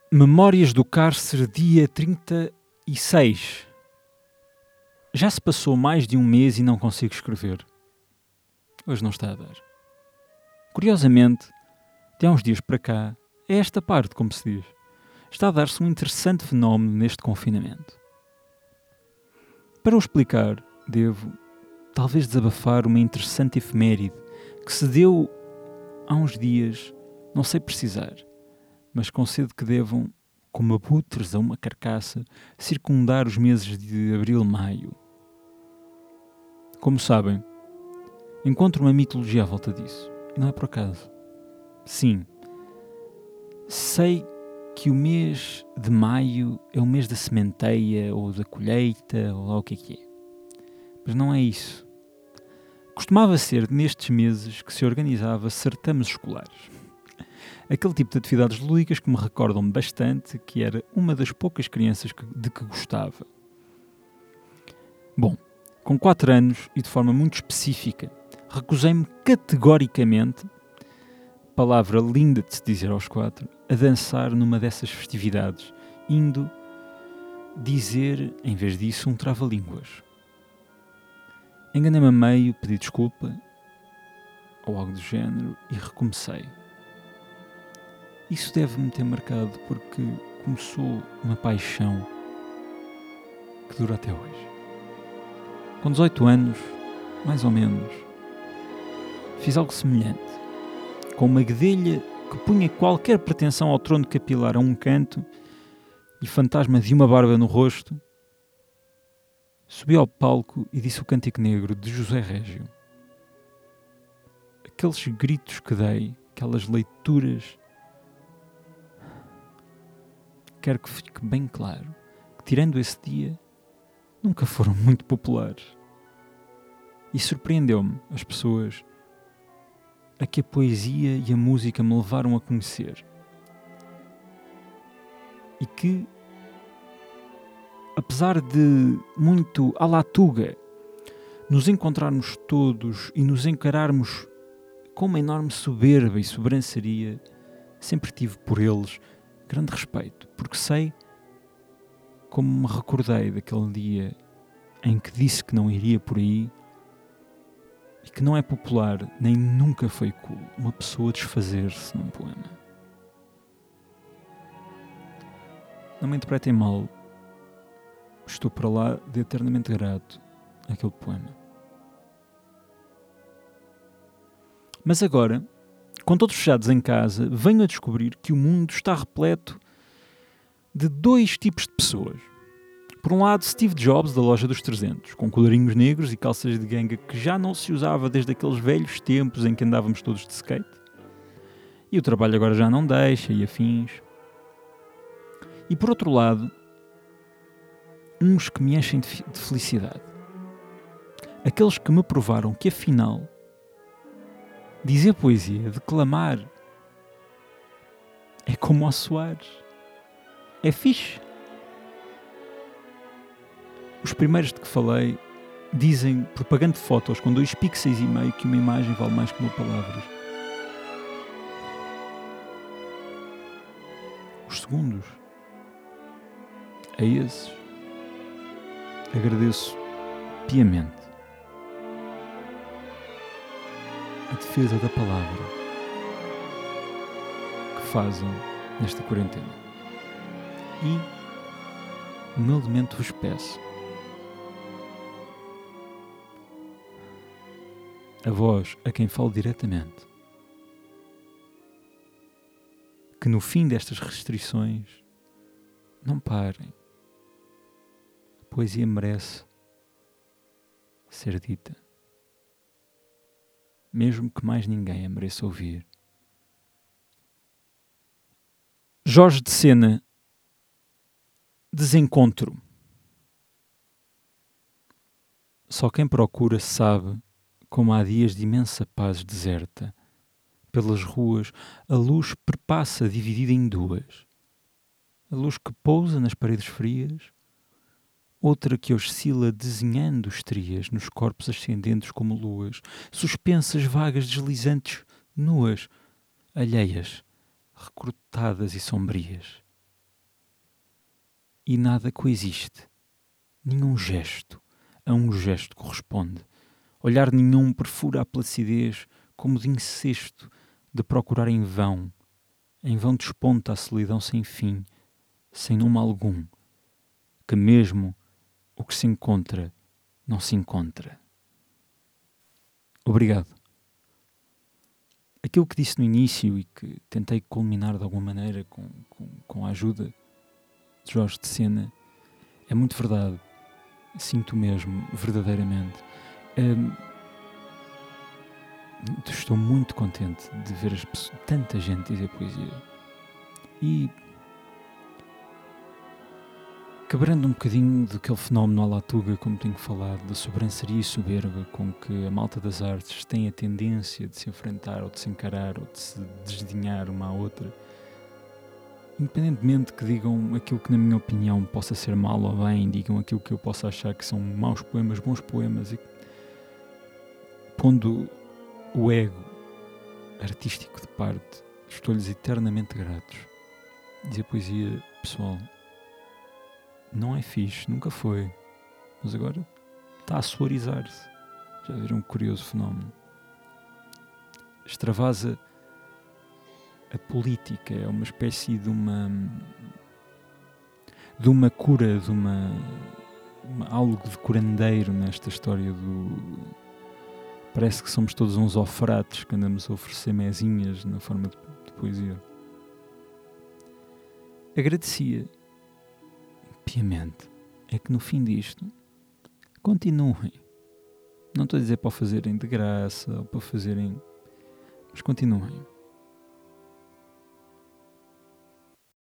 Memórias do Cárcere, dia 36. Já se passou mais de um mês e não consigo escrever. Hoje não está a dar. Curiosamente, de há uns dias para cá, é esta parte, como se diz. Está a dar-se um interessante fenómeno neste confinamento. Para o explicar, devo, talvez, desabafar uma interessante efeméride que se deu há uns dias, não sei precisar, mas concedo que devam, como abutres a uma carcaça, circundar os meses de abril e maio. Como sabem, encontro uma mitologia à volta disso, e não é por acaso. Sim, sei que o mês de maio é o mês da sementeia, ou da colheita, ou lá o que é. Mas não é isso. Costumava ser nestes meses que se organizava certames escolares. Aquele tipo de atividades lúdicas que me recordam bastante que era uma das poucas crianças de que gostava. Bom, com 4 anos e de forma muito específica, recusei-me categoricamente, palavra linda de se dizer aos 4, a dançar numa dessas festividades, indo dizer, em vez disso, um trava-línguas. Enganei-me a meio, pedi desculpa, ou algo do género, e recomecei. Isso deve-me ter marcado porque começou uma paixão que dura até hoje. Com 18 anos, mais ou menos, fiz algo semelhante. Com uma guedelha que punha qualquer pretensão ao trono capilar a um canto e fantasma de uma barba no rosto, subi ao palco e disse o Cântico Negro de José Régio. Aqueles gritos que dei, aquelas leituras, quero que fique bem claro que, tirando esse dia, nunca foram muito populares. E surpreendeu-me as pessoas a que a poesia e a música me levaram a conhecer. E que, apesar de muito à latuga, nos encontrarmos todos e nos encararmos com uma enorme soberba e sobranceria, sempre tive por eles grande respeito, porque sei como me recordei daquele dia em que disse que não iria por aí e que não é popular, nem nunca foi cool, uma pessoa desfazer-se num poema. Não me interpretem mal, estou para lá de eternamente grato àquele poema. Mas agora, com todos fechados em casa, venho a descobrir que o mundo está repleto de 2 tipos de pessoas. Por um lado, Steve Jobs, da loja dos 300, com colarinhos negros e calças de ganga que já não se usava desde aqueles velhos tempos em que andávamos todos de skate. E o trabalho agora já não deixa, e afins. E por outro lado, uns que me enchem de felicidade. Aqueles que me provaram que, afinal, dizer poesia, declamar, é como ao Soares. É fixe. Os primeiros de que falei dizem, propagando fotos com 2,5 pixels, que uma imagem vale mais que 1000 palavras. Os segundos, a esses, agradeço piamente a defesa da palavra que fazem nesta quarentena. E, humildemente vos peço, a vós, a quem falo diretamente, que no fim destas restrições não parem. A poesia merece ser dita, mesmo que mais ninguém a mereça ouvir. Jorge de Sena, Desencontro. Só quem procura sabe como há dias de imensa paz deserta. Pelas ruas a luz perpassa dividida em 2. A luz que pousa nas paredes frias, outra que oscila desenhando estrias nos corpos ascendentes como luas, suspensas, vagas, deslizantes, nuas, alheias, recrutadas e sombrias. e nada coexiste. Nenhum gesto a um gesto corresponde. Olhar nenhum perfura a placidez como de incesto de procurar em vão desponta a solidão sem fim, sem nome algum, que mesmo o que se encontra não se encontra. Obrigado. Aquilo que disse no início e que tentei culminar de alguma maneira com a ajuda de Jorge de Sena é muito verdade. Sinto mesmo, verdadeiramente. Estou muito contente de ver tanta gente dizer poesia. E quebrando um bocadinho daquele fenómeno à latuga, como tenho falado, da sobranceria e soberba com que a malta das artes tem a tendência de se enfrentar, ou de se encarar, ou de se desdenhar uma à outra, independentemente que digam aquilo que na minha opinião possa ser mal ou bem, digam aquilo que eu possa achar que são maus poemas, bons poemas, e pondo o ego artístico de parte, estou-lhes eternamente gratos. Dizer poesia, pessoal, não é fixe, nunca foi, mas agora está a soarizar-se. Já viram um curioso fenómeno? Extravasa a política, é uma espécie de uma cura, algo de curandeiro nesta história do... Parece que somos todos uns ofrates que andamos a oferecer mezinhas na forma de poesia. Agradecia piamente é que no fim disto continuem. Não estou a dizer para o fazerem de graça ou para fazerem, mas continuem.